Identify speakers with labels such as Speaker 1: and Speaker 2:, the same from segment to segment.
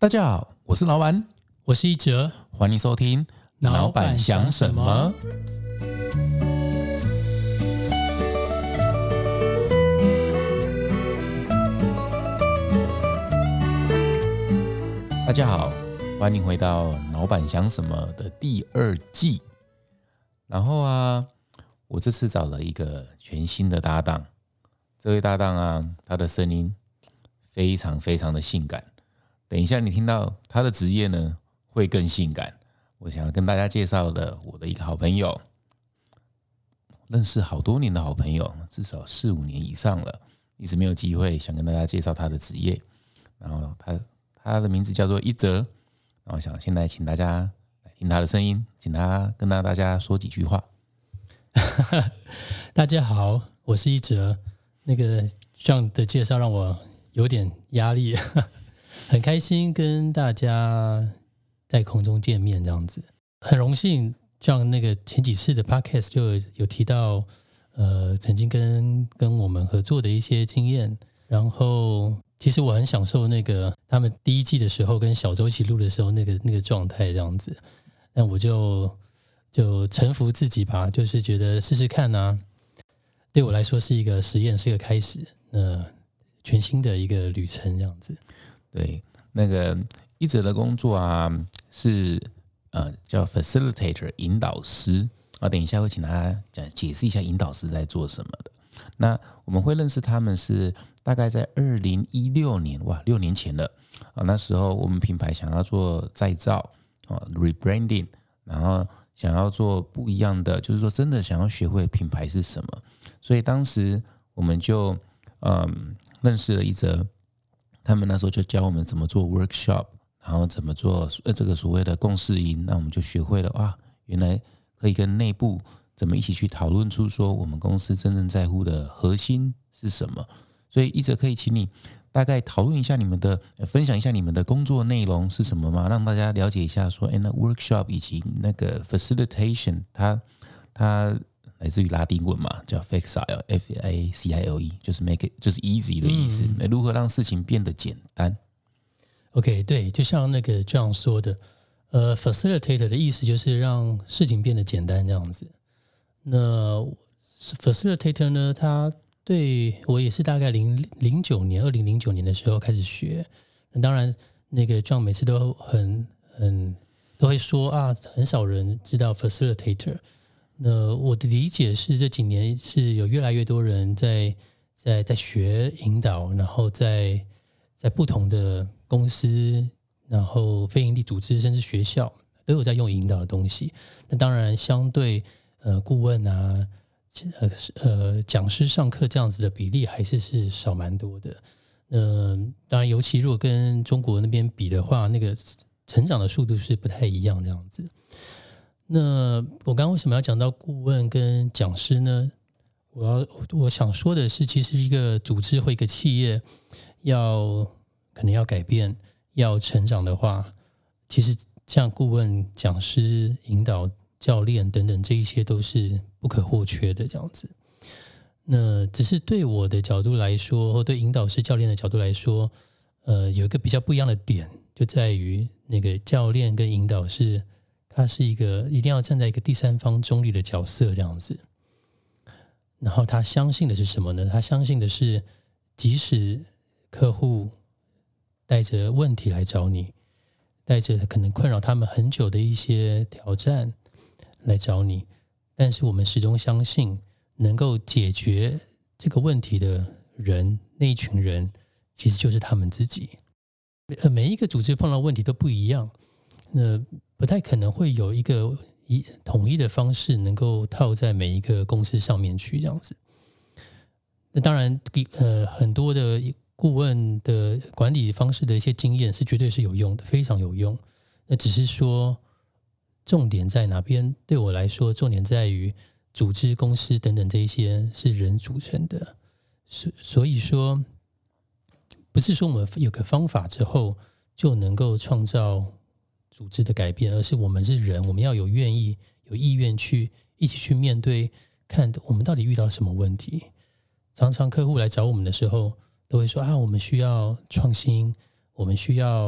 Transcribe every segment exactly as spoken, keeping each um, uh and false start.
Speaker 1: 大家好，我是老板，
Speaker 2: 我是一哲，
Speaker 1: 欢迎收听老板想什么。大家好，欢迎回到老板想什么的第二季。然后啊，我这次找了一个全新的搭档，这位搭档啊，他的声音非常非常的性感。等一下你听到他的职业呢，会更性感。我想要跟大家介绍的，我的一个好朋友，认识好多年的好朋友，至少四五年以上了，一直没有机会想跟大家介绍他的职业。然后他他的名字叫做一哲，然后想现在请大家来听他的声音，请他跟大家说几句话。
Speaker 2: 大家好，我是一哲。那个这样的介绍让我有点压力。很开心跟大家在空中见面，这样子很荣幸。像那个前几次的 podcast 就有提到，呃，曾经跟跟我们合作的一些经验。然后其实我很享受那个他们第一季的时候跟小周一起录的时候那个那个状态这样子。那我就就臣服自己吧，就是觉得试试看啊，对我来说是一个实验，是一个开始，呃，全新的一个旅程这样子。
Speaker 1: 对，那个一哲的工作啊，是呃叫 facilitator 引导师啊。等一下会请他讲解释一下引导师在做什么的。那我们会认识他们是大概在二零一六年，哇，六年前了啊。那时候我们品牌想要做再造啊 rebranding， 然后想要做不一样的，就是说真的想要学会品牌是什么。所以当时我们就嗯认识了一哲。他们那时候就教我们怎么做 workshop， 然后怎么做呃这个所谓的共识营，那我们就学会了哇，原来可以跟内部怎么一起去讨论出说我们公司真正在乎的核心是什么。所以一哲可以请你大概讨论一下你们的、呃、分享一下你们的工作内容是什么吗？让大家了解一下说，哎，那 workshop 以及那个 facilitation， 它它来自于拉丁文嘛，叫 facile F A C I L E， 就是 make it 就是 easy 的意思、嗯、如何让事情变得简单。
Speaker 2: OK， 对，就像那个这样说的，呃 facilitator 的意思就是让事情变得简单这样子。那 facilitator 呢，他对我也是大概零零九年二零零九年的时候开始学。那当然那个这样每次都很很都会说啊，很少人知道 facilitator。那我的理解是，这几年是有越来越多人在在在学引导，然后在在不同的公司，然后非营利组织，甚至学校都有在用引导的东西。那当然，相对呃顾问啊、呃呃讲师上课这样子的比例，还是是少蛮多的。呃，当然，尤其如果跟中国那边比的话，那个成长的速度是不太一样这样子。那我刚刚为什么要讲到顾问跟讲师呢？我要我想说的是，其实一个组织或一个企业要可能要改变、要成长的话，其实像顾问、讲师、引导、教练等等，这一些都是不可或缺的这样子。那只是对我的角度来说，或对引导师、教练的角度来说，呃，有一个比较不一样的点，就在于那个教练跟引导是。他是一个一定要站在一个第三方中立的角色这样子，然后他相信的是什么呢？他相信的是，即使客户带着问题来找你，带着可能困扰他们很久的一些挑战来找你，但是我们始终相信，能够解决这个问题的人，那一群人其实就是他们自己。呃，每一个组织碰到问题都不一样，那不太可能会有一个一统一的方式能够套在每一个公司上面去这样子。那当然，呃，很多的顾问的管理方式的一些经验是绝对是有用的，非常有用。那只是说，重点在哪边？对我来说，重点在于组织、公司等等这一些是人组成的，所以说，不是说我们有个方法之后就能够创造组织的改变，而是我们是人，我们要有愿意、有意愿去一起去面对，看我们到底遇到什么问题。常常客户来找我们的时候，都会说啊，我们需要创新，我们需要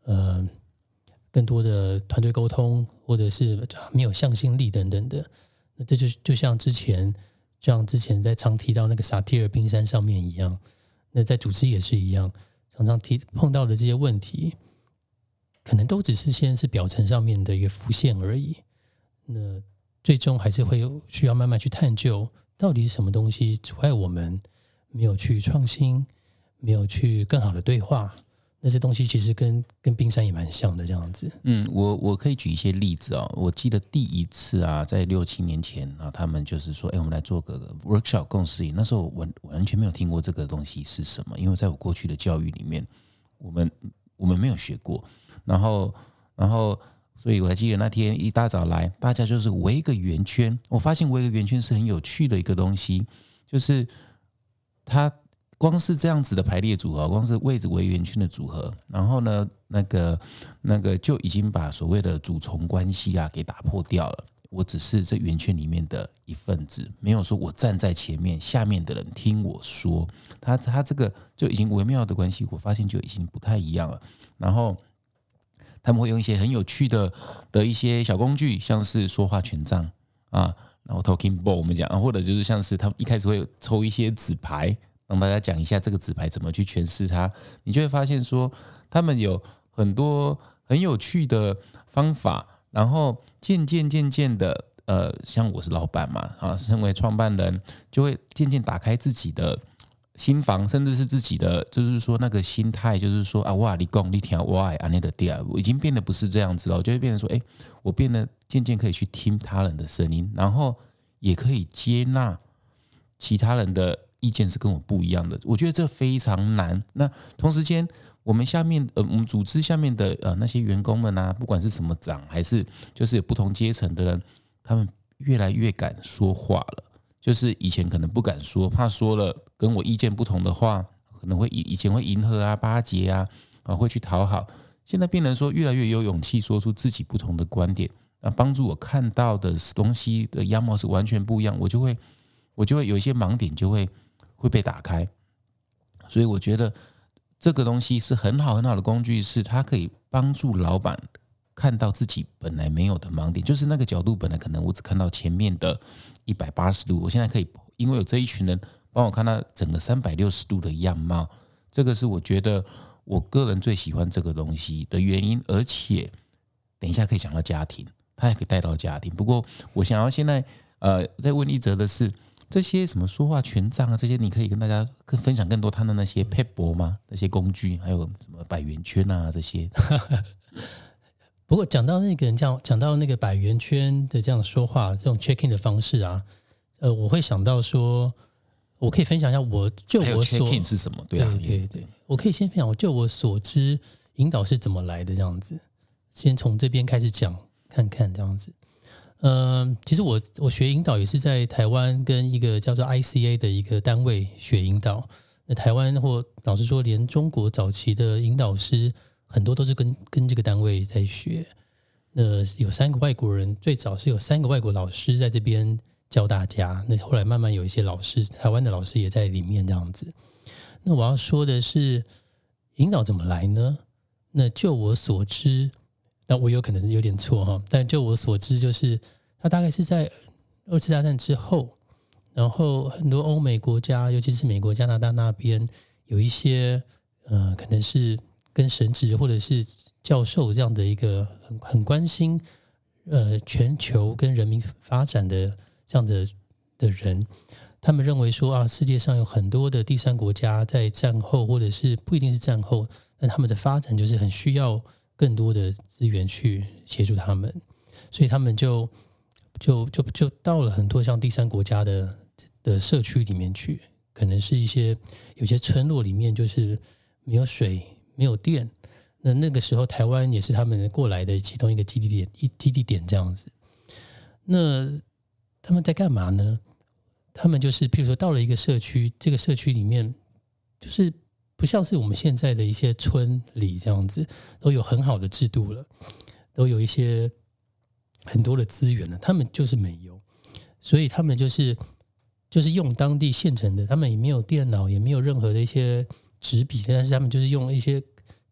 Speaker 2: 呃更多的团队沟通，或者是没有向心力等等的。那这就就像之前，像之前在常提到那个萨提尔冰山上面一样，那在组织也是一样，常常提碰到的这些问题，可能都只是先是表层上面的一个浮现而已。那最终还是会需要慢慢去探究，到底是什么东西阻碍我们没有去创新，没有去更好的对话。那些东西其实跟跟冰山也蛮像的，这样子。
Speaker 1: 嗯，我我可以举一些例子哦。我记得第一次啊，在六七年前啊，他们就是说，哎，我们来做个 workshop 共识营。那时候我完全没有听过这个东西是什么，因为在我过去的教育里面，我们我们没有学过。然后，然后，所以我还记得那天一大早来，大家就是围一个圆圈。我发现围一个圆圈是很有趣的一个东西，就是它。光是这样子的排列组合，光是位置为圆圈的组合，然后呢，那个那个就已经把所谓的主从关系啊给打破掉了。我只是这圆圈里面的一份子，没有说我站在前面，下面的人听我说。他他这个就已经微妙的关系，我发现就已经不太一样了。然后他们会用一些很有趣的的一些小工具，像是说话权杖啊，然后 talking ball 我们讲，或者就是像是他们一开始会抽一些纸牌。让大家讲一下这个纸牌怎么去诠释它，你就会发现说，他们有很多很有趣的方法，然后渐渐渐渐的，呃，像我是老板嘛，啊，身为创办人，就会渐渐打开自己的心房，甚至是自己的，就是说那个心态，就是说啊，哇，你讲你听，我爱安内的dia，我已经变得不是这样子了，我就会变成说，哎，我变得渐渐可以去听他人的声音，然后也可以接纳其他人的意见是跟我不一样的，我觉得这非常难。那同时间，我们下面呃，我们组织下面的呃那些员工们啊，不管是什么长，还是就是有不同阶层的人，他们越来越敢说话了。就是以前可能不敢说，怕说了跟我意见不同的话，可能会以前会迎合啊、巴结啊，啊会去讨好。现在变成说越来越有勇气说出自己不同的观点，啊，帮助我看到的东西的样貌是完全不一样，我就会我就会有一些盲点就会。会被打开，所以我觉得这个东西是很好很好的工具，是它可以帮助老板看到自己本来没有的盲点，就是那个角度本来可能我只看到前面的一百八十度，我现在可以因为有这一群人帮我看到整个三百六十度的样貌，这个是我觉得我个人最喜欢这个东西的原因，而且等一下可以讲到家庭，它也可以带到家庭。不过我想要现在呃再问一则的是。这些什么说话权杖啊，这些你可以跟大家分享更多他的那些撇步吗？那些工具，还有什么百元圈啊这些。
Speaker 2: 不过讲到那个讲讲到那个百元圈的这样说话，这种 check in 的方式啊，呃，我会想到说，我可以分享一下我就我所
Speaker 1: check in 是什么？对啊，
Speaker 2: 对对对，我可以先分享我就我所知引导是怎么来的这样子，先从这边开始讲看看这样子。嗯，其实我我学引导也是在台湾跟一个叫做 I C A 的一个单位学引导。那台湾或老实说，连中国早期的引导师很多都是跟跟这个单位在学。那有三个外国人，最早是有三个外国老师在这边教大家。那后来慢慢有一些老师，台湾的老师也在里面这样子。那我要说的是，引导怎么来呢？那就我所知。但我有可能有点错哈，但就我所知，就是它大概是在二次大战之后，然后很多欧美国家，尤其是美国、加拿大那边，有一些呃，可能是跟神职或者是教授这样的一个很很关心呃全球跟人民发展的这样的的人，他们认为说啊，世界上有很多的第三国家在战后，或者是不一定是战后，但他们的发展就是很需要。更多的资源去协助他们，所以他们就就就就到了很多像第三国家的的社区里面去，可能是一些有些村落里面就是没有水、没有电，那那个时候台湾也是他们过来的其中一个基地点，一基地点这样子。那他们在干嘛呢？他们就是譬如说到了一个社区，这个社区里面就是。不像是我们现在的一些村里这样子，都有很好的制度了，都有一些很多的资源了，他们就是没有，所以他们就是就是用当地现成的，他们也没有电脑，也没有任何的一些纸笔，但是他们就是用一些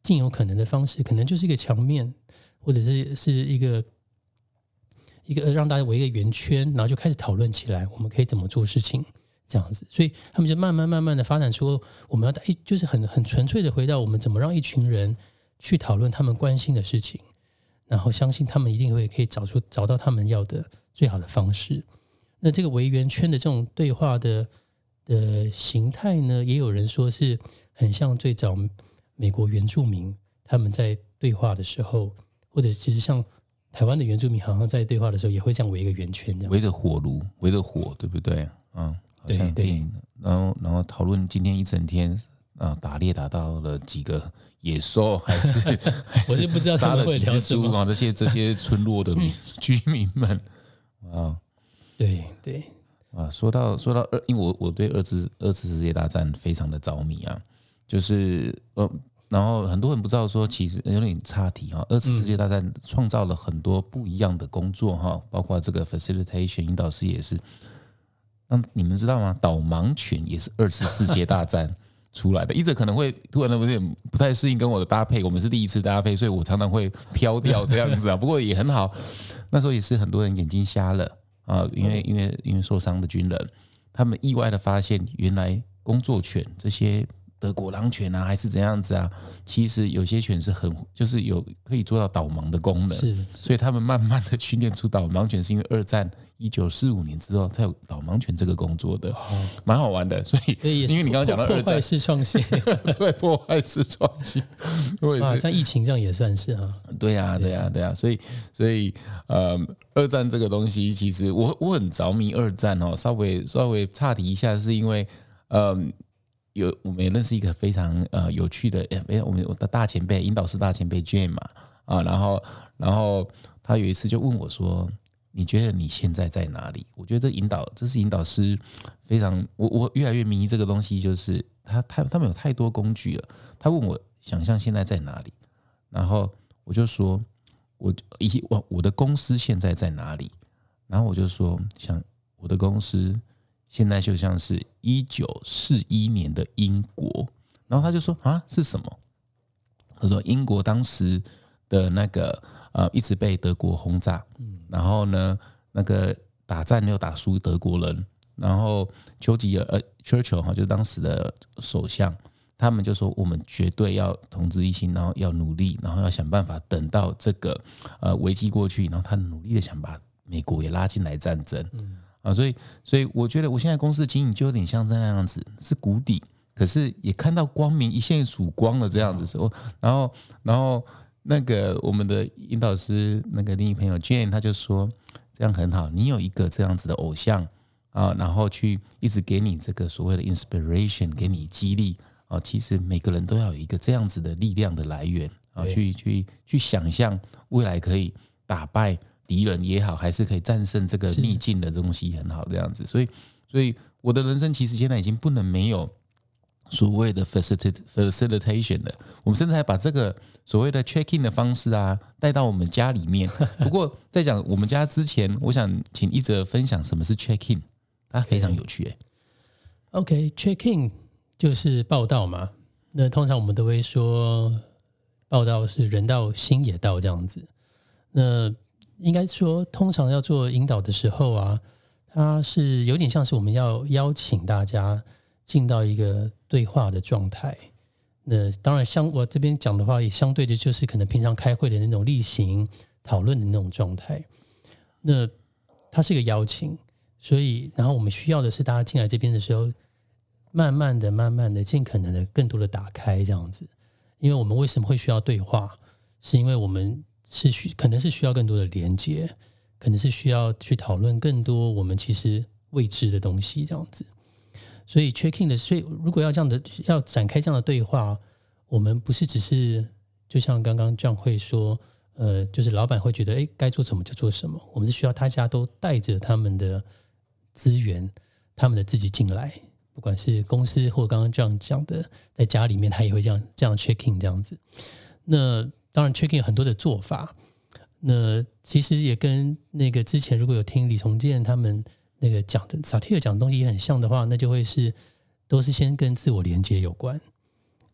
Speaker 2: 尽有可能的方式，可能就是一个墙面，或者是是一个一个让大家围一个圆圈，然后就开始讨论起来，我们可以怎么做事情这样子。所以他们就慢慢慢慢的发展出，我们要就是很很纯粹的回到我们怎么让一群人去讨论他们关心的事情，然后相信他们一定会可以找出找到他们要的最好的方式。那这个围圆圈的这种对话的的形态呢，也有人说是很像最早美国原住民他们在对话的时候，或者其实像台湾的原住民好像在对话的时候也会这样围一个圆圈，这样
Speaker 1: 围着火炉，围着火，对不对？嗯，好像电影，然后然后讨论今天一整天啊，打猎打到了几个野兽，还是
Speaker 2: 我是不知道他们会聊什么
Speaker 1: 啊，这些这些村落的民居民们啊，
Speaker 2: 对对
Speaker 1: 啊，说到说到二，因为我我对二次二次世界大战非常的着迷啊，就是呃。然后很多人不知道说，其实有点岔题哈。二次世界大战创造了很多不一样的工作哈，包括这个 facilitation 引导师也是。那你们知道吗？导盲犬也是二次世界大战出来的。一者可能会突然的有点不太适应跟我的搭配，我们是第一次搭配，所以我常常会飘掉这样子啊。不过也很好，那时候也是很多人眼睛瞎了啊，因为因为因为受伤的军人，他们意外的发现，原来工作犬这些。德国狼犬啊，还是怎样子啊？其实有些犬是很，就是有可以做到导盲的功能，
Speaker 2: 是，
Speaker 1: 所以他们慢慢的训练出导盲犬，是因为二战一九四五年之后才有导盲犬这个工作的，蛮、哦、好玩的。所以，
Speaker 2: 所以也是
Speaker 1: 因为你刚刚讲到二战
Speaker 2: 破坏式创新，
Speaker 1: 对，破坏式创新，
Speaker 2: 啊，像疫情这样也算是啊。
Speaker 1: 对呀，对呀，对呀，所以，所以，呃，二战这个东西，其实我我很着迷二战哦。稍微稍微岔题一下，是因为，嗯。有我们也认识一个非常呃有趣的，哎，我们我的大前辈引导师大前辈 Jane 嘛啊，然后然后他有一次就问我说：“你觉得你现在在哪里？”我觉得这引导这是引导师非常，我我越来越迷这个东西，就是他他他们有太多工具了。他问我想象现在在哪里，然后我就说我以及我我的公司现在在哪里，然后我就说想我的公司。现在就像是一九四一年的英国，然后他就说啊是什么？他说英国当时的那个呃一直被德国轰炸，然后呢那个打战又打输德国人，然后丘吉尔呃 Churchill 哈就是当时的首相，他们就说我们绝对要同志一心，然后要努力，然后要想办法等到这个呃危机过去，然后他努力的想把美国也拉进来战争。嗯啊，所以，所以我觉得我现在公司的经营就有点像这样子，是谷底，可是也看到光明，一线曙光了这样子。说，然后，然后那个我们的引导师那个另一朋友 Jane 他就说，这样很好，你有一个这样子的偶像啊，然后去一直给你这个所谓的 inspiration， 给你激励啊。其实每个人都要有一个这样子的力量的来源啊，去去去想象未来可以打败。敌人也好，还是可以战胜这个逆境的东西，很好这样子。所以，所以我的人生其实现在已经不能没有所谓的 facilitation 了。我们甚至还把这个所谓的 check in 的方式啊带到我们家里面。不过，在讲我们家之前，我想请一哲分享什么是 check in， 它非常有趣、欸。
Speaker 2: OK，check、okay, in 就是报到嘛。那通常我们都会说报到是人到心也到这样子。那应该说，通常要做引导的时候啊，它是有点像是我们要邀请大家进到一个对话的状态。那当然，像我这边讲的话，也相对的就是可能平常开会的那种例行讨论的那种状态。那它是一个邀请，所以然后我们需要的是大家进来这边的时候，慢慢的、慢慢的、尽可能的更多的打开这样子。因为我们为什么会需要对话，是因为我们。是需可能是需要更多的连接，可能是需要去讨论更多我们其实未知的东西这样子。所以 check in 的，所以如果要这样的要展开这样的对话，我们不是只是就像刚刚 John 会说，呃，就是老板会觉得哎该做什么就做什么，我们是需要大家都带着他们的资源，他们的自己进来，不管是公司或刚刚这样讲的，在家里面他也会这样这样 check in 这样子。那当然 check in 有很多的做法，那其实也跟那个之前如果有听李崇建他们那个讲的萨提尔讲的东西也很像的话，那就会是都是先跟自我连接有关。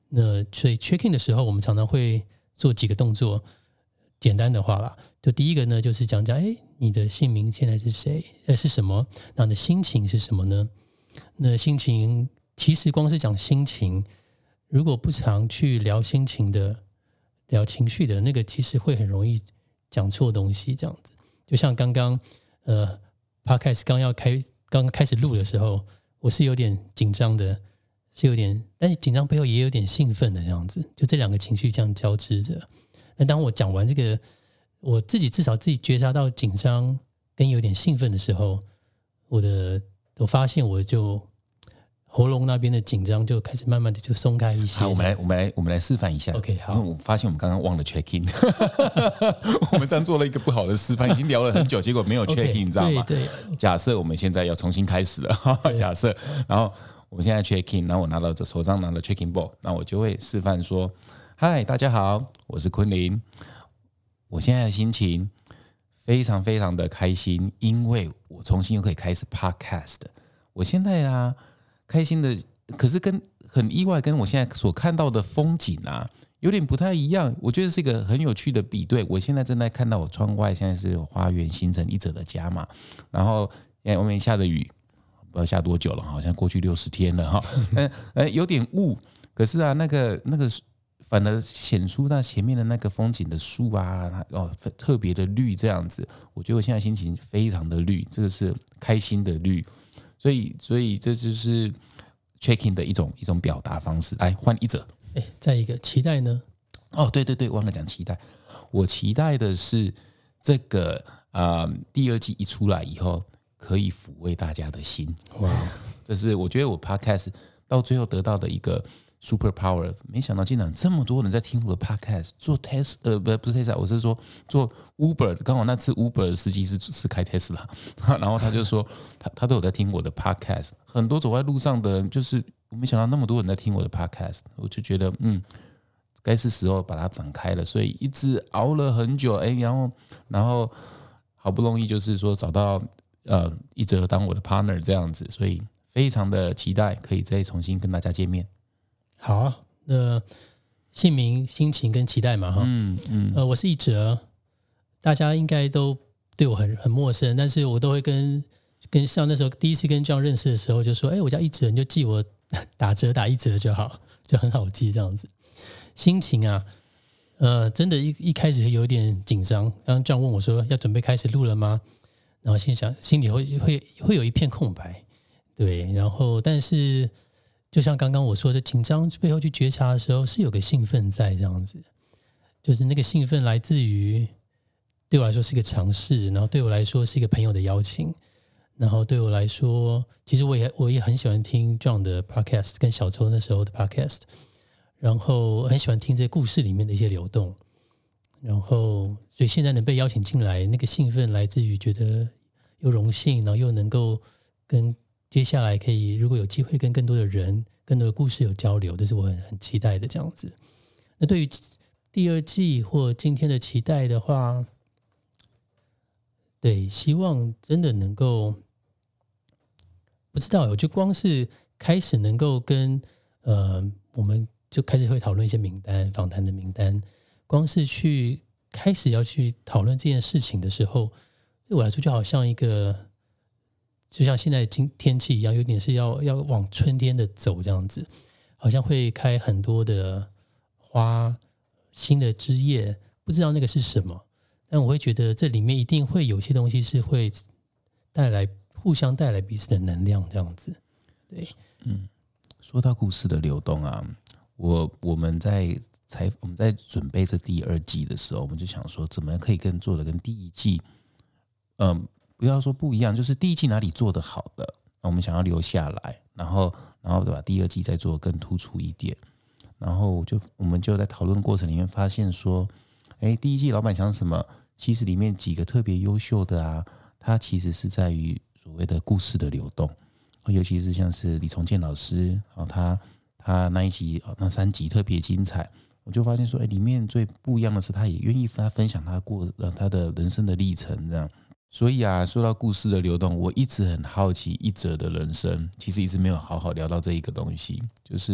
Speaker 2: 那所以 check in 的时候，我们常常会做几个动作。简单的话啦，就第一个呢，就是讲讲，哎，你的姓名现在是谁？呃，是什么？那你的心情是什么呢？那心情其实光是讲心情，如果不常去聊心情的、聊情绪的那个，其实会很容易讲错东西。这样子，就像刚刚呃 ，podcast 刚要开、刚刚开始录的时候，我是有点紧张的，是有点，但是紧张背后也有点兴奋的这样子，就这两个情绪这样交织着。那当我讲完这个，我自己至少自己觉察到紧张跟有点兴奋的时候，我的我发现我就喉咙那边的紧张就开始慢慢的就松开一些。
Speaker 1: 好，我们来我们来我们来示范一下。
Speaker 2: OK， 好。
Speaker 1: 因为我发现我们刚刚忘了 check in， 我们这样做了一个不好的示范，已经聊了很久，结果没有 check in， 你知道吗？
Speaker 2: 对对。
Speaker 1: 假设我们现在要重新开始了，假设，然后我们现在 check in， 然后我拿到这手上拿了 check in ball， 那我就会示范说。嗨，大家好，我是昆凌。我现在的心情非常非常的开心，因为我重新又可以开始 podcast。我现在啊，开心的，可是跟很意外，跟我现在所看到的风景啊，有点不太一样。我觉得是一个很有趣的比对。我现在正在看到我窗外，现在是花园形成一者的家嘛，然后现在外面下的雨，不知道下多久了，好像过去六十天了哈。呃，有点雾，可是啊，那个那个。反而显出那前面的那个风景的树啊，哦，特别的绿这样子。我觉得我现在心情非常的绿，这个是开心的绿，所以所以这就是 check in 的一种一种表达方式。来换一者，
Speaker 2: 哎，再一个期待呢？
Speaker 1: 哦，对对对，忘了讲期待。我期待的是这个呃第二季一出来以后，可以抚慰大家的心。哇，这是我觉得我 podcast 到最后得到的一个。Super Power， 没想到竟然这么多人在听我的 Podcast， 做 Tesla， 呃，不不是 Tesla， 我是说做 Uber， 刚好那次 Uber 的司机是是开 Tesla， 然后他就说他他都有在听我的 Podcast， 很多走在路上的人，就是我没想到那么多人在听我的 Podcast， 我就觉得嗯，该是时候把它展开了，所以一直熬了很久，哎，然后然后好不容易就是说找到呃一哲当我的 partner 这样子，所以非常的期待可以再重新跟大家见面。
Speaker 2: 好啊，那姓名、心情跟期待嘛，哈，嗯嗯，呃，我是一哲，大家应该都对我很很陌生，但是我都会跟跟像那时候第一次跟 John 认识的时候，就说，哎，我叫一哲，你就记我打折打一折就好，就很好记这样子。心情啊，呃，真的一，一一开始有点紧张。刚刚 John 问我说，要准备开始录了吗？然后心想，心里会会会有一片空白，对，然后但是。就像刚刚我说的，紧张背后去觉察的时候，是有个兴奋在这样子，就是那个兴奋来自于对我来说是一个尝试，然后对我来说是一个朋友的邀请，然后对我来说，其实我也我也很喜欢听 John 的 podcast， 跟小周那时候的 podcast， 然后很喜欢听这故事里面的一些流动，然后所以现在能被邀请进来，那个兴奋来自于觉得有荣幸，然后又能够跟。接下来可以，如果有机会跟更多的人、更多的故事有交流，这是我很很期待的这样子。那对于第二季或今天的期待的话，对，希望真的能够，不知道，我就光是开始能够跟呃，我们就开始会讨论一些名单、访谈的名单，光是去开始要去讨论这件事情的时候，对我来说就好像一个。就像现在天气一样，有点是要要往春天的走这样子，好像会开很多的花，新的枝叶，不知道那个是什么，但我会觉得这里面一定会有些东西是会带来互相带来彼此的能量这样子。对，
Speaker 1: 嗯，说到故事的流动啊，我我们在采我们在准备这第二季的时候，我们就想说，怎么可以更做的跟第一季，嗯。不要说不一样，就是第一季哪里做得好的，我们想要留下来，然后，然后把第二季再做更突出一点。然后就我们就在讨论过程里面发现说，哎，第一季老板想什么？其实里面几个特别优秀的啊，它其实是在于所谓的故事的流动，尤其是像是李崇建老师，他他那一集那三集特别精彩。我就发现说，哎，里面最不一样的是，他也愿意他分享他过他的人生的历程这样。所以啊，说到故事的流动，我一直很好奇一哲的人生，其实一直没有好好聊到这一个东西，就是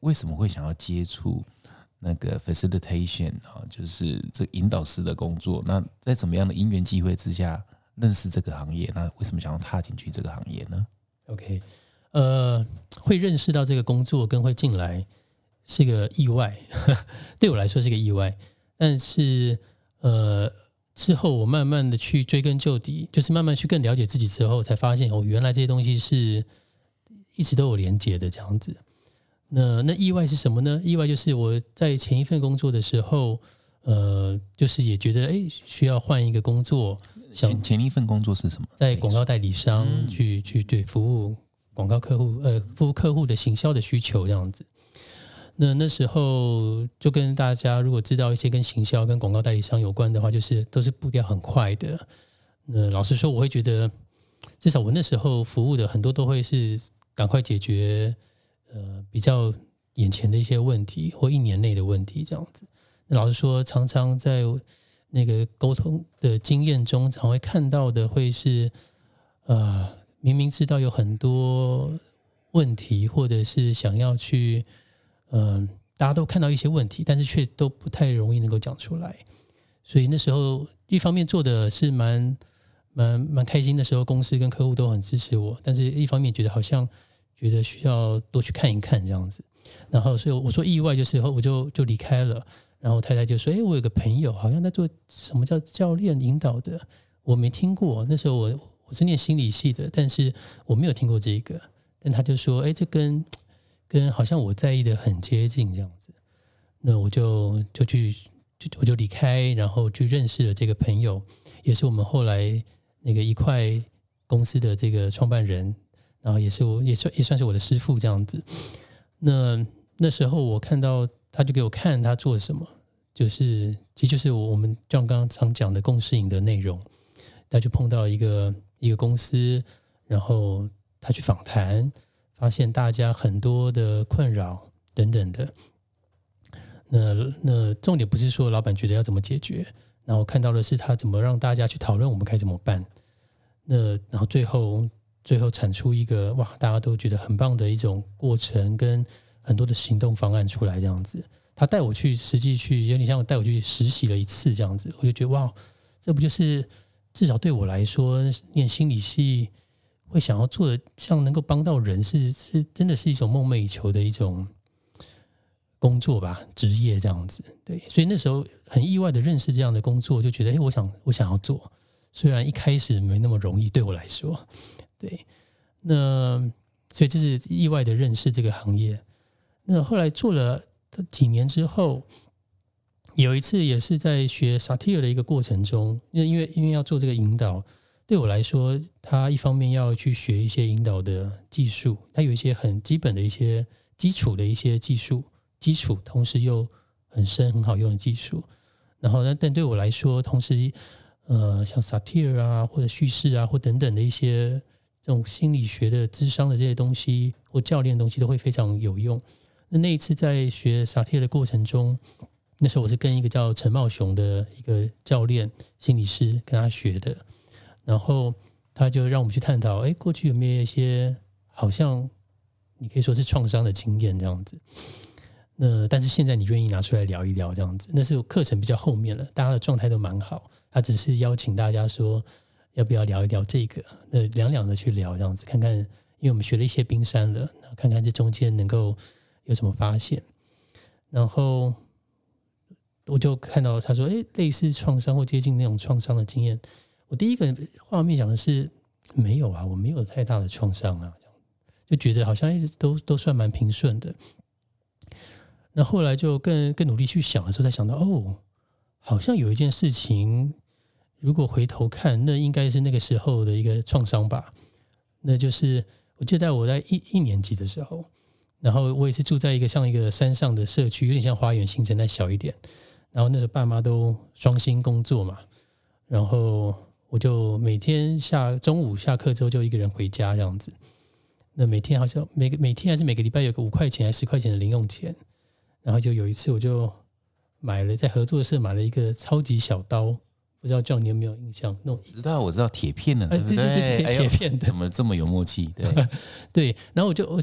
Speaker 1: 为什么会想要接触那个 facilitation 啊，就是这引导师的工作？那在怎么样的因缘机会之下认识这个行业？那为什么想要踏进去这个行业呢
Speaker 2: ？OK， 呃，会认识到这个工作跟会进来是个意外，对我来说是个意外。但是呃，之后我慢慢的去追根究底，就是慢慢去更了解自己之后，才发现哦，原来这些东西是一直都有连结的这样子。那那意外是什么呢？意外就是我在前一份工作的时候，呃，就是也觉得哎，需要换一个工作。
Speaker 1: 前前一份工作是什么？
Speaker 2: 在广告代理商去、嗯、去对服务广告客户，呃，服务客户的行销的需求这样子。那那时候就跟大家如果知道一些跟行销跟广告代理商有关的话，就是都是步调很快的。那老实说，我会觉得至少我那时候服务的很多都会是赶快解决呃比较眼前的一些问题或一年内的问题这样子。那老实说，常常在那个沟通的经验中，常会看到的会是呃明明知道有很多问题，或者是想要去嗯、呃，大家都看到一些问题，但是却都不太容易能够讲出来。所以那时候一方面做的是蛮蛮蛮开心的时候，公司跟客户都很支持我，但是一方面觉得好像觉得需要多去看一看这样子。然后所以我说意外就是我就就离开了。然后太太就说：“哎，我有个朋友好像在做什么叫教练引导的，我没听过。那时候我我是念心理系的，但是我没有听过这个。但他就说：哎，这跟跟好像我在意的很接近这样子。那我就就去就我就离开，然后去认识了这个朋友，也是我们后来那个一块公司的这个创办人，然后也是我也算也算是我的师父这样子。那那时候我看到。”他就给我看他做什么，就是其实就是我们像刚刚常讲的共识营的内容。他就碰到一个一个公司，然后他去访谈，发现大家很多的困扰等等的。那那重点不是说老板觉得要怎么解决，然后看到的是他怎么让大家去讨论我们该怎么办。那然后最后最后产出一个哇，大家都觉得很棒的一种过程跟。很多的行动方案出来这样子，他带我去实际去，有点像带我去实习了一次这样子，我就觉得哇，这不就是至少对我来说，念心理系会想要做的，像能够帮到人是，是是真的是一种梦寐以求的一种工作吧，职业这样子。对，所以那时候很意外的认识这样的工作，就觉得哎，我想我想要做，虽然一开始没那么容易，对我来说，对，那所以这是意外的认识这个行业。那后来做了几年之后，有一次也是在学萨提尔的一个过程中，因为因为要做这个引导，对我来说，他一方面要去学一些引导的技术，他有一些很基本的一些基础的一些技术基础，同时又很深很好用的技术。然后，但对我来说，同时呃，像萨提尔啊，或者叙事啊，或等等的一些这种心理学的諮商的这些东西，或教练的东西，都会非常有用。那那一次在学萨提尔的过程中，那时候我是跟一个叫陈茂雄的一个教练心理师跟他学的，然后他就让我们去探讨，哎，过去有没有一些好像你可以说是创伤的经验这样子。那但是现在你愿意拿出来聊一聊这样子，那是课程比较后面了，大家的状态都蛮好，他只是邀请大家说要不要聊一聊这个，那两两的去聊这样子，看看，因为我们学了一些冰山了，看看这中间能够有什么发现。然后我就看到他说，哎，类似创伤或接近那种创伤的经验，我第一个画面想的是没有啊，我没有太大的创伤啊，就觉得好像一直都都算蛮平顺的。那后来就更更努力去想的时候，才想到哦，好像有一件事情，如果回头看，那应该是那个时候的一个创伤吧。那就是我记得在我在一一年级的时候，然后我也是住在一个像一个山上的社区，有点像花园新城，再小一点。然后那时候爸妈都双薪工作嘛，然后我就每天下中午下课之后就一个人回家这样子。那每天好像每个每天还是每个礼拜有个五块钱还是十块钱的零用钱。然后就有一次我就买了在合作社买了一个超级小刀，不知道John你有没有印象？那种
Speaker 1: 知道我知道铁片的，对不对？
Speaker 2: 对对对，铁片的，
Speaker 1: 怎么这么有默契？对
Speaker 2: 对。然后我就我就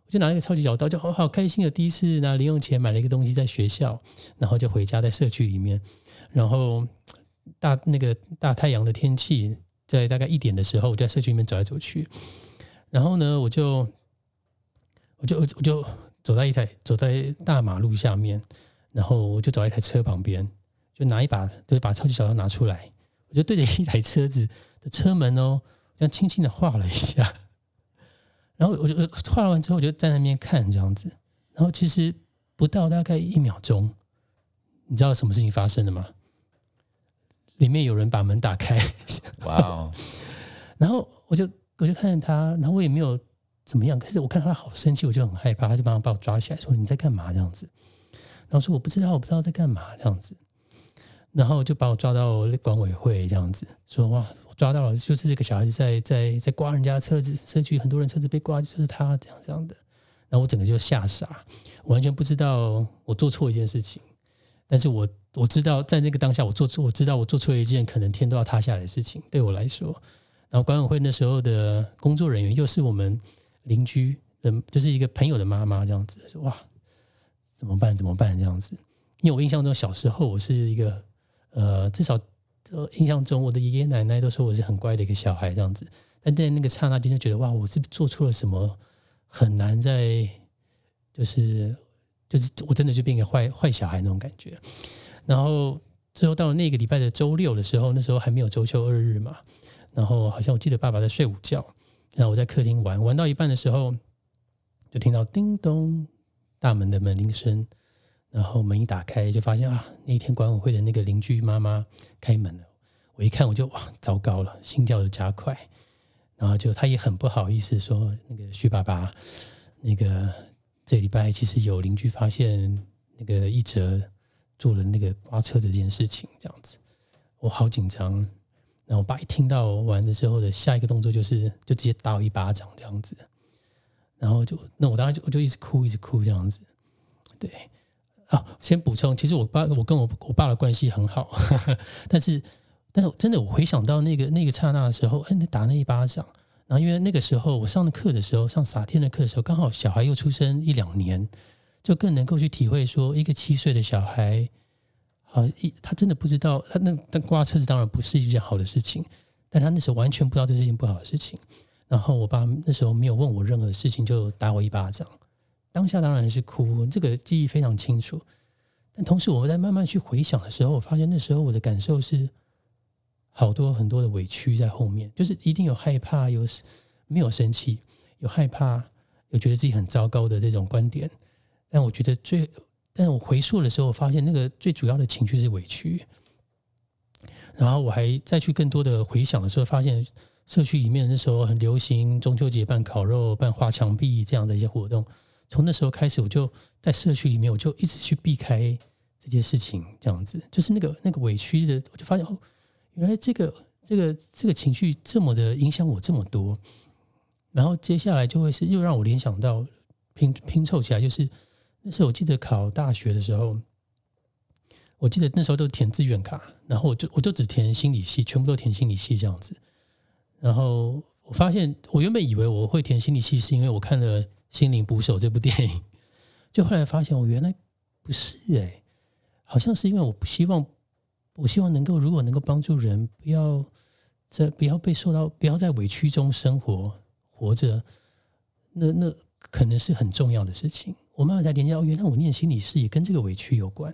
Speaker 2: 我就拿一个超级小刀，就好好开心的第一次拿零用钱买了一个东西在学校，然后就回家在社区里面，然后大那个大太阳的天气，在大概一点的时候，我就在社区里面走来走去，然后呢，我就我就我就走在一台走在大马路下面，然后我就走在一台车旁边，就拿一把就是把超级小刀拿出来，我就对着一台车子的车门哦，这样轻轻的画了一下。然后我就画完之后，我就在那边看这样子。然后其实不到大概一秒钟，你知道什么事情发生了吗？里面有人把门打开，
Speaker 1: 哇哦！
Speaker 2: 然后我就我就看着他，然后我也没有怎么样，可是我看他好生气，我就很害怕，他就马上把我抓起来说：“你在干嘛？”这样子。然后说：“我不知道，我不知道在干嘛。”这样子。然后就把我抓到管委会这样子，说哇，我抓到了，就是这个小孩子在在在刮人家车子，社区很多人车子被刮，就是他这样这样的。然后我整个就吓傻，完全不知道我做错一件事情，但是我我知道在那个当下我做错，我知道我做错了一件可能天都要塌下来的事情，对我来说。然后管委会那时候的工作人员又是我们邻居的，就是一个朋友的妈妈这样子，说哇，怎么办怎么办这样子？因为我印象中小时候我是一个。呃，至少印象中，我的爷爷奶奶都说我是很乖的一个小孩这样子。但在那个刹那间就觉得，哇，我是不是做错了什么，很难在，就是就是我真的就变个坏坏小孩那种感觉。然后最后到了那个礼拜的周六的时候，那时候还没有周休二日嘛。然后好像我记得爸爸在睡午觉，然后我在客厅玩，玩到一半的时候，就听到叮咚大门的门铃声。然后门一打开，就发现啊，那一天管委会的那个邻居妈妈开门了。我一看，我就哇，糟糕了，心跳就加快。然后就他也很不好意思说，那个徐爸爸，那个这礼拜其实有邻居发现那个一哲做了那个刮车这件事情，这样子，我好紧张。然后我爸一听到完的之后的下一个动作就是就直接打我一巴掌这样子。然后就那我当然就我就一直哭一直哭这样子，对。哦、先补充，其实我爸我跟我我爸的关系很好，呵呵但是但是真的我回想到那个那个刹那的时候，哎，打那一巴掌，然后因为那个时候我上的课的时候，上撒天的课的时候，刚好小孩又出生一两年，就更能够去体会说，一个七岁的小孩，好，他真的不知道，他那但刮车子当然不是一件好的事情，但他那时候完全不知道这是一件不好的事情。然后我爸那时候没有问我任何事情，就打我一巴掌。当下当然是哭，这个记忆非常清楚。但同时我在慢慢去回想的时候，我发现那时候我的感受是好多很多的委屈在后面，就是一定有害怕，有没有生气，有害怕，有觉得自己很糟糕的这种观点。但我觉得最，但我回溯的时候，我发现那个最主要的情绪是委屈。然后我还再去更多的回想的时候，发现社区里面那时候很流行中秋节办烤肉、办画墙壁这样的一些活动。从那时候开始，我就在社区里面，我就一直去避开这件事情，这样子，就是那个那个委屈的，我就发现哦，原来这个这个这个情绪这么的影响我这么多。然后接下来就会是又让我联想到拼拼凑起来，就是那时候我记得考大学的时候，我记得那时候都填志愿卡，然后我就我就只填心理系，全部都填心理系这样子。然后我发现，我原本以为我会填心理系，是因为我看了《心灵捕手》这部电影，就后来发现我原来不是哎、欸，好像是因为我不希望，我希望能够如果能够帮助人，不要在不要被受到，不要在委屈中生活活着，那那可能是很重要的事情。我慢慢才联想到，原来我念心理系也跟这个委屈有关。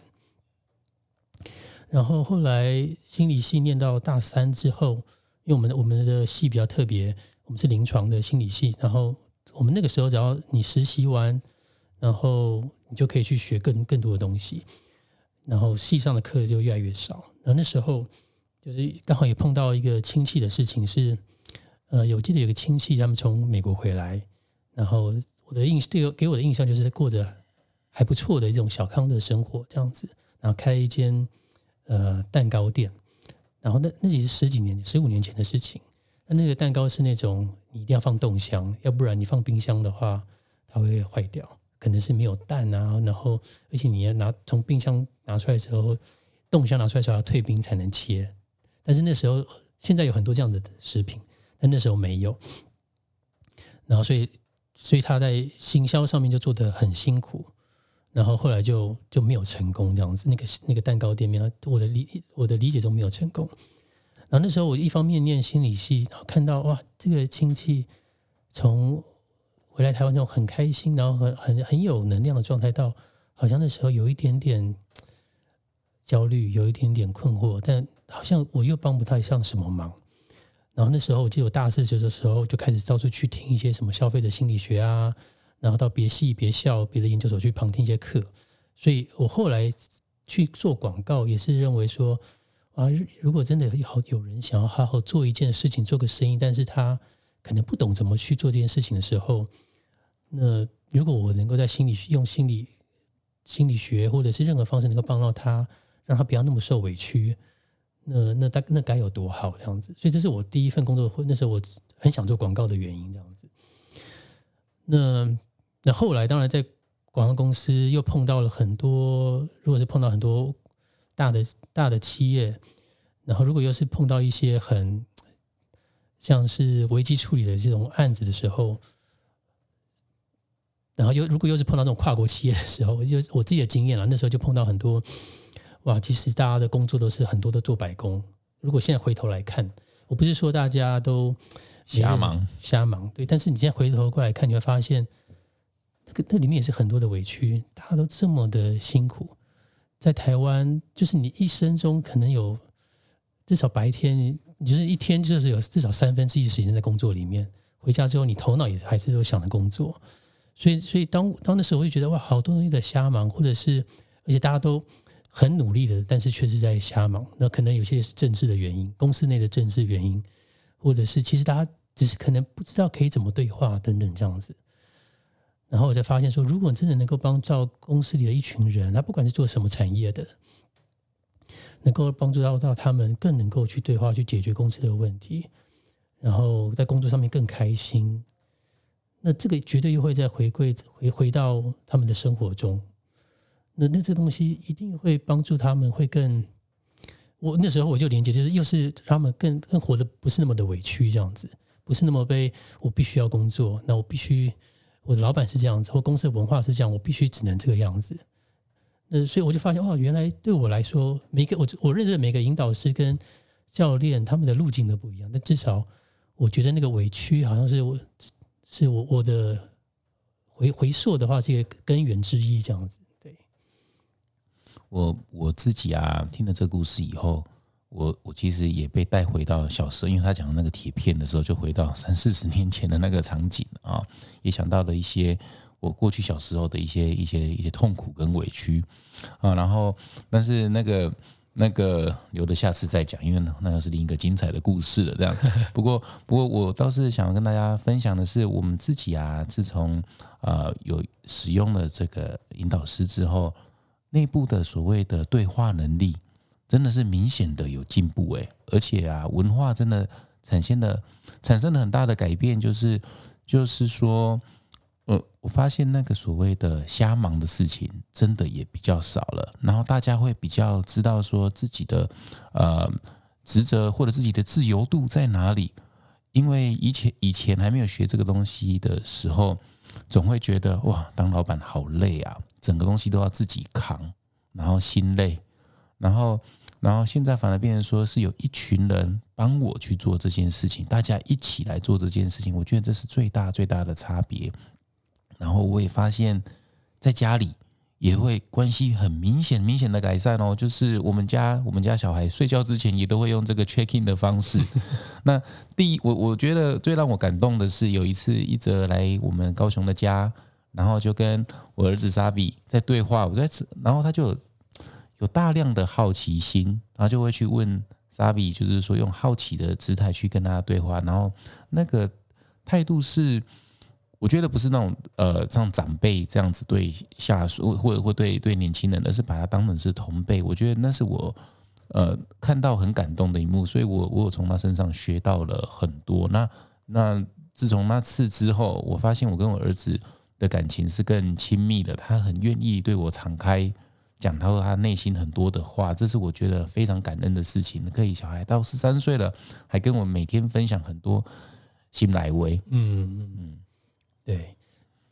Speaker 2: 然后后来心理系念到大三之后，因为我们的我们的系比较特别，我们是临床的心理系，然后我们那个时候只要你实习完，然后你就可以去学更更多的东西，然后系上的课就越来越少。然后那时候就是刚好也碰到一个亲戚的事情是，呃，我记得有个亲戚他们从美国回来，然后我的印对给我的印象就是过着还不错的一种小康的生活这样子，然后开了一间呃蛋糕店，然后那那也是十几年十五年前的事情。那那个蛋糕是那种你一定要放冻箱，要不然你放冰箱的话它会坏掉，可能是没有蛋啊，然后而且你要拿从冰箱拿出来的时候，冻箱拿出来的时候要退冰才能切。但是那时候现在有很多这样的食品，但那时候没有。然后所以所以他在行销上面就做得很辛苦，然后后来就就没有成功这样子。那个那个蛋糕店面，我的理我的理解中没有成功。然后那时候我一方面念心理系，然后看到哇，这个亲戚从回来台湾之后很开心，然后很很很有能量的状态，到好像那时候有一点点焦虑，有一点点困惑，但好像我又帮不太上什么忙。然后那时候我记得我大四的时候就开始到处去听一些什么消费者心理学啊，然后到别系别校别的研究所去旁听一些课。所以我后来去做广告也是认为说啊，如果真的有有人想要好好做一件事情，做个生意，但是他可能不懂怎么去做这件事情的时候，那如果我能够在心理用心理心理学或者是任何方式能够帮到他，让他不要那么受委屈，那那那那该有多好这样子。所以这是我第一份工作，那时候我很想做广告的原因这样子。那那后来当然在广告公司又碰到了很多，如果是碰到很多大的大的企业，然后如果又是碰到一些很像是危机处理的这种案子的时候，然后又如果又是碰到这种跨国企业的时候，就我自己的经验了，那时候就碰到很多哇，其实大家的工作都是很多都做白工。如果现在回头来看，我不是说大家都
Speaker 1: 瞎忙
Speaker 2: 瞎忙，对，但是你现在回头过来看，你会发现那个那里面也是很多的委屈，大家都这么的辛苦。在台湾，就是你一生中可能有至少白天，你就是一天就是有至少三分之一的时间在工作里面，回家之后你头脑也还是都想着工作。所以，所以当当那时候我就觉得哇，好多东西在瞎忙，或者是而且大家都很努力的，但是却是在瞎忙。那可能有些是政治的原因，公司内的政治原因，或者是其实大家只是可能不知道可以怎么对话等等这样子。然后我才发现说，如果真的能够帮到公司里的一群人，他不管是做什么产业的，能够帮助到到他们更能够去对话，去解决公司的问题，然后在工作上面更开心，那这个绝对又会再回归回回到他们的生活中。那那这东西一定会帮助他们，会更。我那时候我就连接，就是又是让他们更更活得不是那么的委屈，这样子，不是那么被我必须要工作，那我必须。我的老板是这样子，或公司的文化是这样，我必须只能这个样子。那所以我就发现，哇，原来对我来说，每个我我认识的每个引导师跟教练，他们的路径都不一样。但至少我觉得那个委屈，好像是我是我我的回回溯的话，是一个根源之一，这样子。对，
Speaker 1: 我我自己啊，听了这个故事以后。我我其实也被带回到小时候，因为他讲的那个铁片的时候，就回到三四十年前的那个场景啊，也想到了一些我过去小时候的一些一些一些痛苦跟委屈啊，然后但是那个那个留着下次再讲，因为那又是另一个精彩的故事了。这样，不过不过我倒是想要跟大家分享的是，我们自己啊，自从呃有使用了这个引导师之后，内部的所谓的对话能力。真的是明显的有进步诶，而且啊，文化真的产生了产生了很大的改变，就是就是说，呃，我发现那个所谓的瞎忙的事情，真的也比较少了。然后大家会比较知道说自己的呃职责或者自己的自由度在哪里，因为以前以前还没有学这个东西的时候，总会觉得哇，当老板好累啊，整个东西都要自己扛，然后心累，然后。然后现在反而变成说是有一群人帮我去做这件事情，大家一起来做这件事情，我觉得这是最大最大的差别。然后我也发现在家里也会关系很明显明显的改善哦，就是我们家我们家小孩睡觉之前也都会用这个 check in 的方式。那第一，我我觉得最让我感动的是有一次一则来我们高雄的家，然后就跟我儿子 Sabi 在对话，我在然后他就有。有大量的好奇心，然后就会去问 Sabi， 就是说用好奇的姿态去跟他对话，然后那个态度是，我觉得不是那种呃像长辈这样子对下属或者或对对年轻人，而是把他当成是同辈。我觉得那是我呃看到很感动的一幕，所以我我有从他身上学到了很多。那那自从那次之后，我发现我跟我儿子的感情是更亲密的，他很愿意对我敞开。讲到他内心很多的话，这是我觉得非常感恩的事情。可以小孩到十三岁了，还跟我每天分享很多心来威。
Speaker 2: 嗯嗯嗯，对。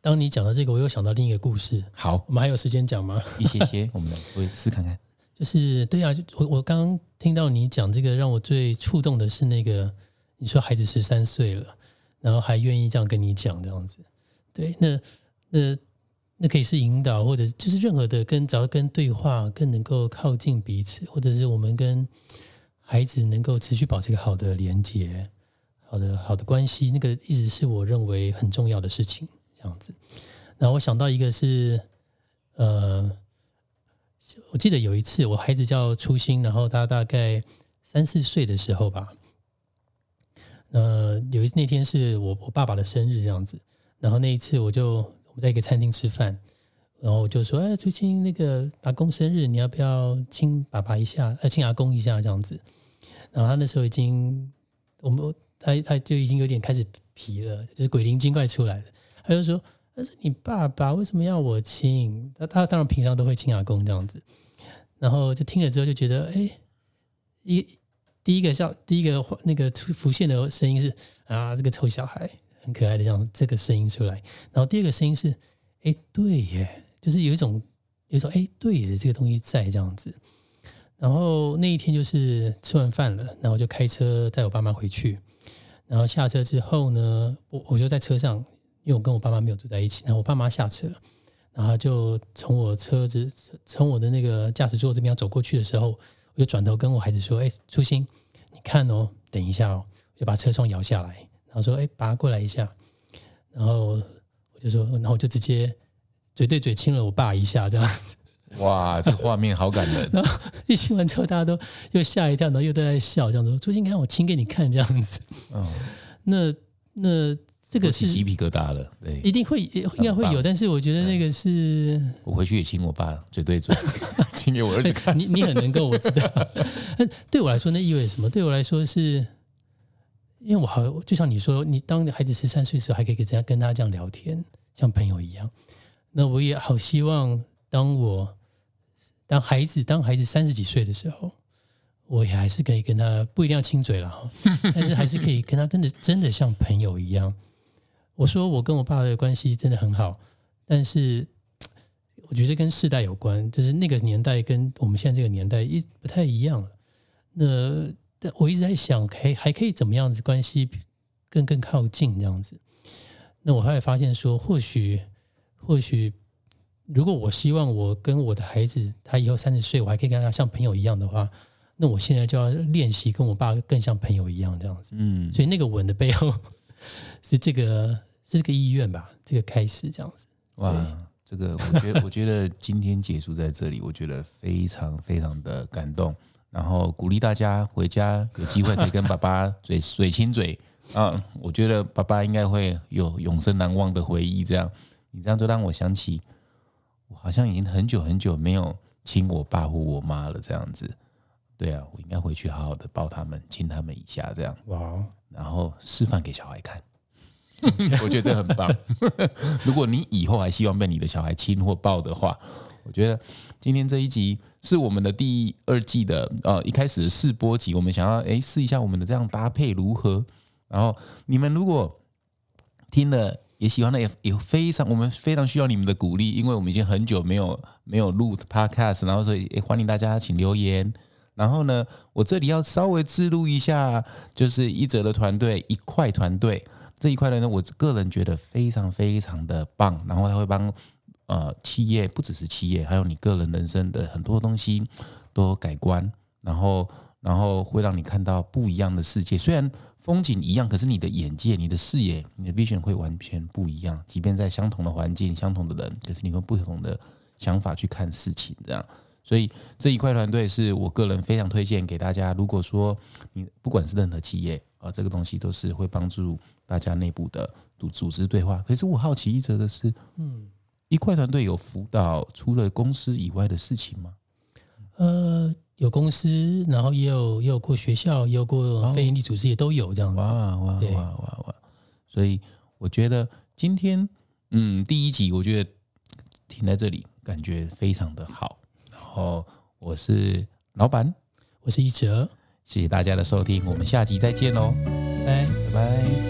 Speaker 2: 当你讲到这个，我又想到另一个故事。
Speaker 1: 好，
Speaker 2: 我们还有时间讲吗？
Speaker 1: 一些些，我们来会试看看。
Speaker 2: 就是对啊，我我刚刚听到你讲这个，让我最触动的是那个，你说孩子十三岁了，然后还愿意这样跟你讲这样子。对，那那那可以是引导，或者就是任何的跟只要跟对话更能够靠近彼此，或者是我们跟孩子能够持续保持一个好的连结。好的，好的关系，那个一直是我认为很重要的事情，这样子。然后我想到一个是，呃，我记得有一次我孩子叫初心，然后他大概三四岁的时候吧，呃，有一那天是我我爸爸的生日这样子，然后那一次我就我们在一个餐厅吃饭，然后我就说，哎，初心那个阿公生日，你要不要亲爸爸一下，呃，亲阿公一下这样子。然后他那时候已经我们。他他就已经有点开始皮了，就是鬼灵精怪出来了。他就说：“那是你爸爸，为什么要我亲？”他他当然平常都会亲阿公这样子。然后就听了之后就觉得，哎，一第一个笑，第一个那个浮现的声音是啊，这个臭小孩很可爱的这样这个声音出来。然后第二个声音是，哎，对耶，就是有一种有一种哎，对耶，这个东西在这样子。然后那一天就是吃完饭了，然后就开车载我爸妈回去。然后下车之后呢，我我就在车上，因为我跟我爸妈没有住在一起。然后我爸妈下车，然后就从我车子从我的那个驾驶座这边要走过去的时候，我就转头跟我孩子说：“哎，初心，你看哦，等一下哦。”我就把车窗摇下来，然后说：“哎，拔过来一下。”然后我就说，然后我就直接嘴对嘴亲了我爸一下，这样子。
Speaker 1: 哇，这个画面好感人。
Speaker 2: 然后一亲完之后，大家都又吓一跳，然后又都在笑，这样说：“初心，看我亲给你看，这样子。哦”那那这个是
Speaker 1: 起鸡皮疙瘩了，对，
Speaker 2: 一定会应该会有，但是我觉得那个是，
Speaker 1: 我回去也亲我爸嘴对嘴，亲给我儿子看。
Speaker 2: 你你很能够，我知道。对我来说，那意味着什么？对我来说是，因为我好，就像你说，你当孩子十三岁的时候，还可以跟他跟他这样聊天，像朋友一样。那我也好希望，当我当孩子当孩子三十几岁的时候，我也还是可以跟他不一定要亲嘴了，但是还是可以跟他真的真的像朋友一样。我说我跟我爸的关系真的很好，但是我觉得跟世代有关，就是那个年代跟我们现在这个年代一不太一样了。那我一直在想，还还可以怎么样子关系更更靠近这样子。那我后来发现说，或许或许。如果我希望我跟我的孩子，他以后三十岁，我还可以跟他像朋友一样的话，那我现在就要练习跟我爸更像朋友一样这样子。嗯，所以那个吻的背后是这个是这个意愿吧，这个开始这样子。
Speaker 1: 哇，这个我觉得我觉得今天结束在这里，我觉得非常非常的感动。然后鼓励大家回家有机会可以跟爸爸嘴嘴亲嘴啊，我觉得爸爸应该会有永生难忘的回忆。这样，你这样就让我想起。我好像已经很久很久没有亲我爸或我妈了，这样子，对啊，我应该回去好好的抱他们，亲他们一下，这样，哇，然后示范给小孩看，我觉得很棒。如果你以后还希望被你的小孩亲或抱的话，我觉得今天这一集是我们的第二季的呃一开始的试播集，我们想要哎试一下我们的这样搭配如何，然后你们如果听了。也喜欢的也也非常，我们非常需要你们的鼓励，因为我们已经很久没有没有录 podcast， 然后所以也欢迎大家请留言。然后呢，我这里要稍微置入一下，就是一哲的团队一块团队这一块呢，我个人觉得非常非常的棒。然后他会帮呃企业，不只是企业，还有你个人人生的很多东西都改观，然后然后会让你看到不一样的世界。虽然风景一样，可是你的眼界、你的视野、你的 vision 会完全不一样。即便在相同的环境、相同的人，可是你用不同的想法去看事情，这样。所以这一块团队是我个人非常推荐给大家。如果说你不管是任何企业啊，这个东西都是会帮助大家内部的组组织对话。可是我好奇一则的是，嗯，一块团队有辅导除了公司以外的事情吗？
Speaker 2: 呃。有公司，然后也有也有过学校，也有过非营利组织，也都有这样子。
Speaker 1: 哇哇哇哇哇！所以我觉得今天，嗯，第一集我觉得停在这里，感觉非常的好。然后我是老板，
Speaker 2: 我是一哲，
Speaker 1: 谢谢大家的收听，我们下集再见喽，
Speaker 2: 拜
Speaker 1: 拜拜。